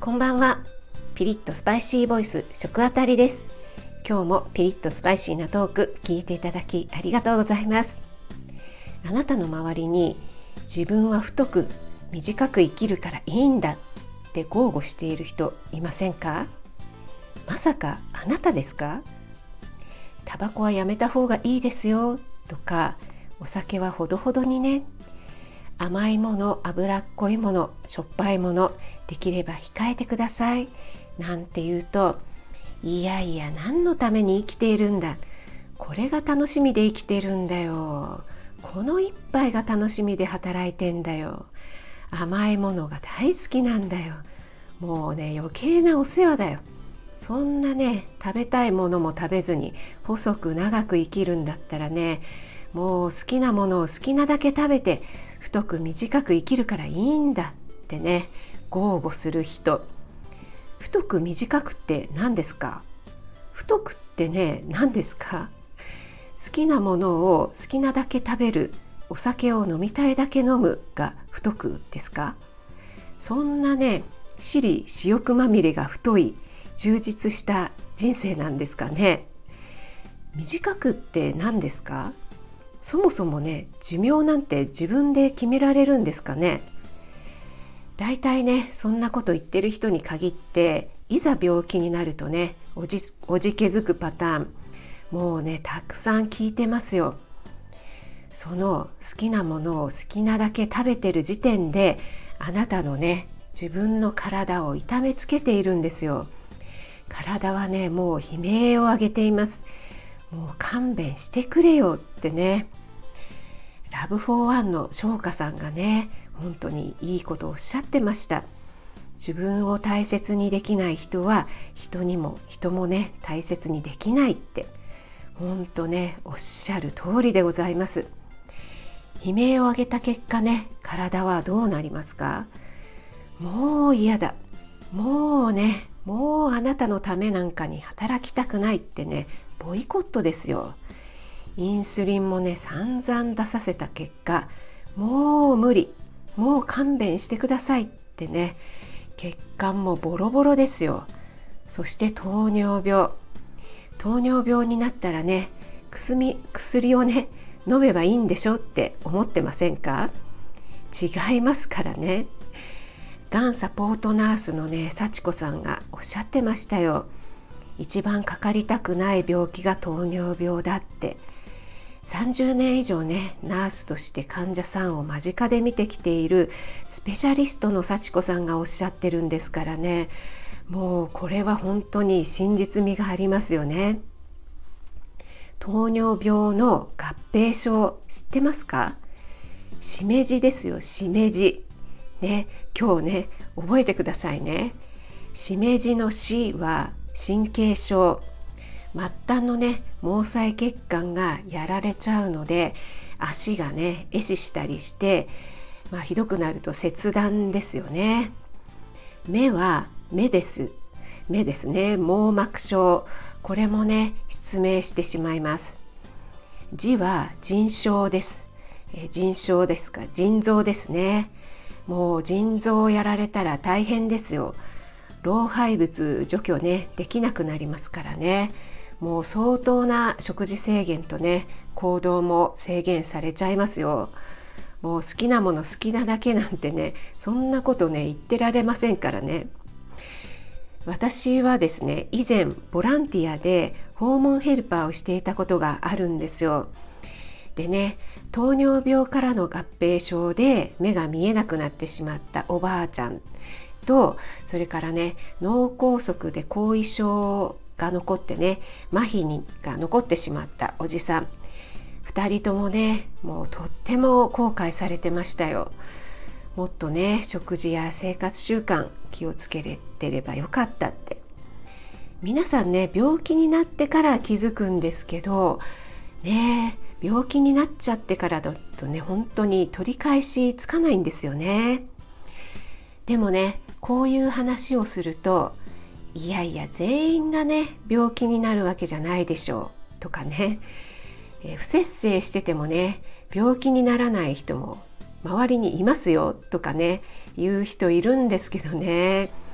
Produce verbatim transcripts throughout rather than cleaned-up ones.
こんばんは。ピリッとスパイシーボイス食あたりです。今日もピリッとスパイシーなトーク聞いていただきありがとうございます。あなたの周りに自分は太く短く生きるからいいんだって豪語している人いませんか？まさかあなたですか？タバコはやめた方がいいですよとか、お酒はほどほどにね、甘いもの、脂っこいもの、しょっぱいもの、できれば控えてくださいなんて言うと、いやいや何のために生きているんだ、これが楽しみで生きてるんだよ、この一杯が楽しみで働いてんだよ、甘いものが大好きなんだよ、もうね余計なお世話だよ、そんなね食べたいものも食べずに細く長く生きるんだったらね、もう好きなものを好きなだけ食べて太く短く生きるからいいんだってね豪語する人。太く短くって何ですか？太くってね何ですか？好きなものを好きなだけ食べる、お酒を飲みたいだけ飲むが太くですか？そんなね私利私欲まみれが太い充実した人生なんですかね。短くって何ですか？そもそもね寿命なんて自分で決められるんですかね。だいたいねそんなこと言ってる人に限って、いざ病気になるとねおじ、おじけづくパターン、もうねたくさん聞いてますよ。その好きなものを好きなだけ食べてる時点で、あなたのね自分の体を痛めつけているんですよ。体はねもう悲鳴を上げています。もう勘弁してくれよってね。ラブフォーワンの翔歌さんがね本当にいいことをおっしゃってました。自分を大切にできない人は人にも人もね大切にできないって、本当ねおっしゃる通りでございます。悲鳴を上げた結果ね体はどうなりますか？もう嫌だ、もうねもうあなたのためなんかに働きたくないってねボイコットですよ。インスリンもね散々出させた結果、もう無理、もう勘弁してくださいってね、血管もボロボロですよ。そして糖尿病糖尿病になったらね薬、薬をね飲めばいいんでしょって思ってませんか？違いますからね。がんサポートナースのね幸子さんがおっしゃってましたよ。一番かかりたくない病気が糖尿病だって。さんじゅうねん以上ねナースとして患者さんを間近で見てきているスペシャリストの幸子さんがおっしゃってるんですからね、もうこれは本当に真実味がありますよね。糖尿病の合併症知ってますか？しめじですよ、しめじね、今日ね覚えてくださいね。しめじのしは神経症、末端のね毛細血管がやられちゃうので、足がね壊死したりして、まあ、ひどくなると切断ですよね。目は目です目ですね、網膜症、これもね失明してしまいます。腎は腎症です。え腎症ですか、腎臓ですね。もう腎臓をやられたら大変ですよ。老廃物除去ねできなくなりますからね。もう相当な食事制限とね行動も制限されちゃいますよ。もう好きなもの好きなだけなんてねそんなことね言ってられませんからね。私はですね以前ボランティアで訪問ヘルパーをしていたことがあるんですよ。でね糖尿病からの合併症で目が見えなくなってしまったおばあちゃんと、それからね脳梗塞で後遺症が残ってね麻痺にが残ってしまったおじさん、ふたりともねもうとっても後悔されてましたよ。もっとね食事や生活習慣気をつけれてればよかったって。皆さんね病気になってから気づくんですけどね、病気になっちゃってからだとね本当に取り返しつかないんですよね。でもねこういう話をすると、いやいや全員がね病気になるわけじゃないでしょうとかね、えー、不摂生しててもね病気にならない人も周りにいますよとかね言う人いるんですけどね、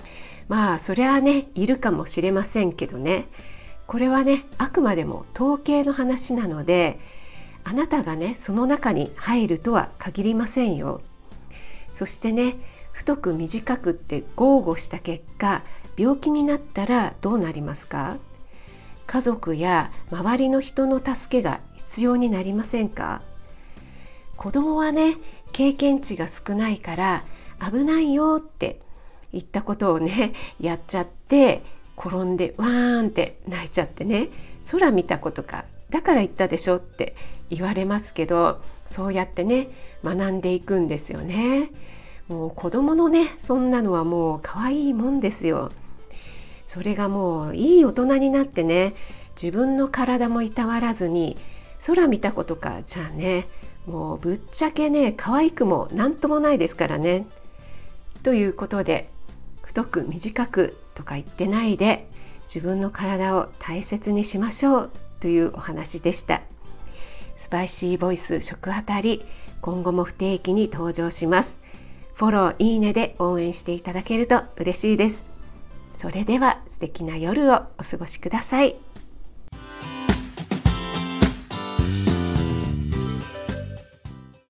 まあそれはねいるかもしれませんけどね、これはねあくまでも統計の話なので、あなたがねその中に入るとは限りませんよ。そしてね、太く短くって豪語した結果、病気になったらどうなりますか？家族や周りの人の助けが必要になりませんか？子供はね経験値が少ないから危ないよって言ったことをねやっちゃって、転んでわーんって泣いちゃってね、空見たことかだから言ったでしょって言われますけど、そうやってね学んでいくんですよね。もう子供のねそんなのはもう可愛いもんですよ。それがもういい大人になってね、自分の体もいたわらずに空見たことかじゃあね、もうぶっちゃけね可愛くもなんともないですからね。ということで、太く短くとか言ってないで自分の体を大切にしましょうというお話でした。スパイシーボイス食あたり、今後も不定期に登場します。フォロー、いいねで応援していただけると嬉しいです。それでは素敵な夜をお過ごしください。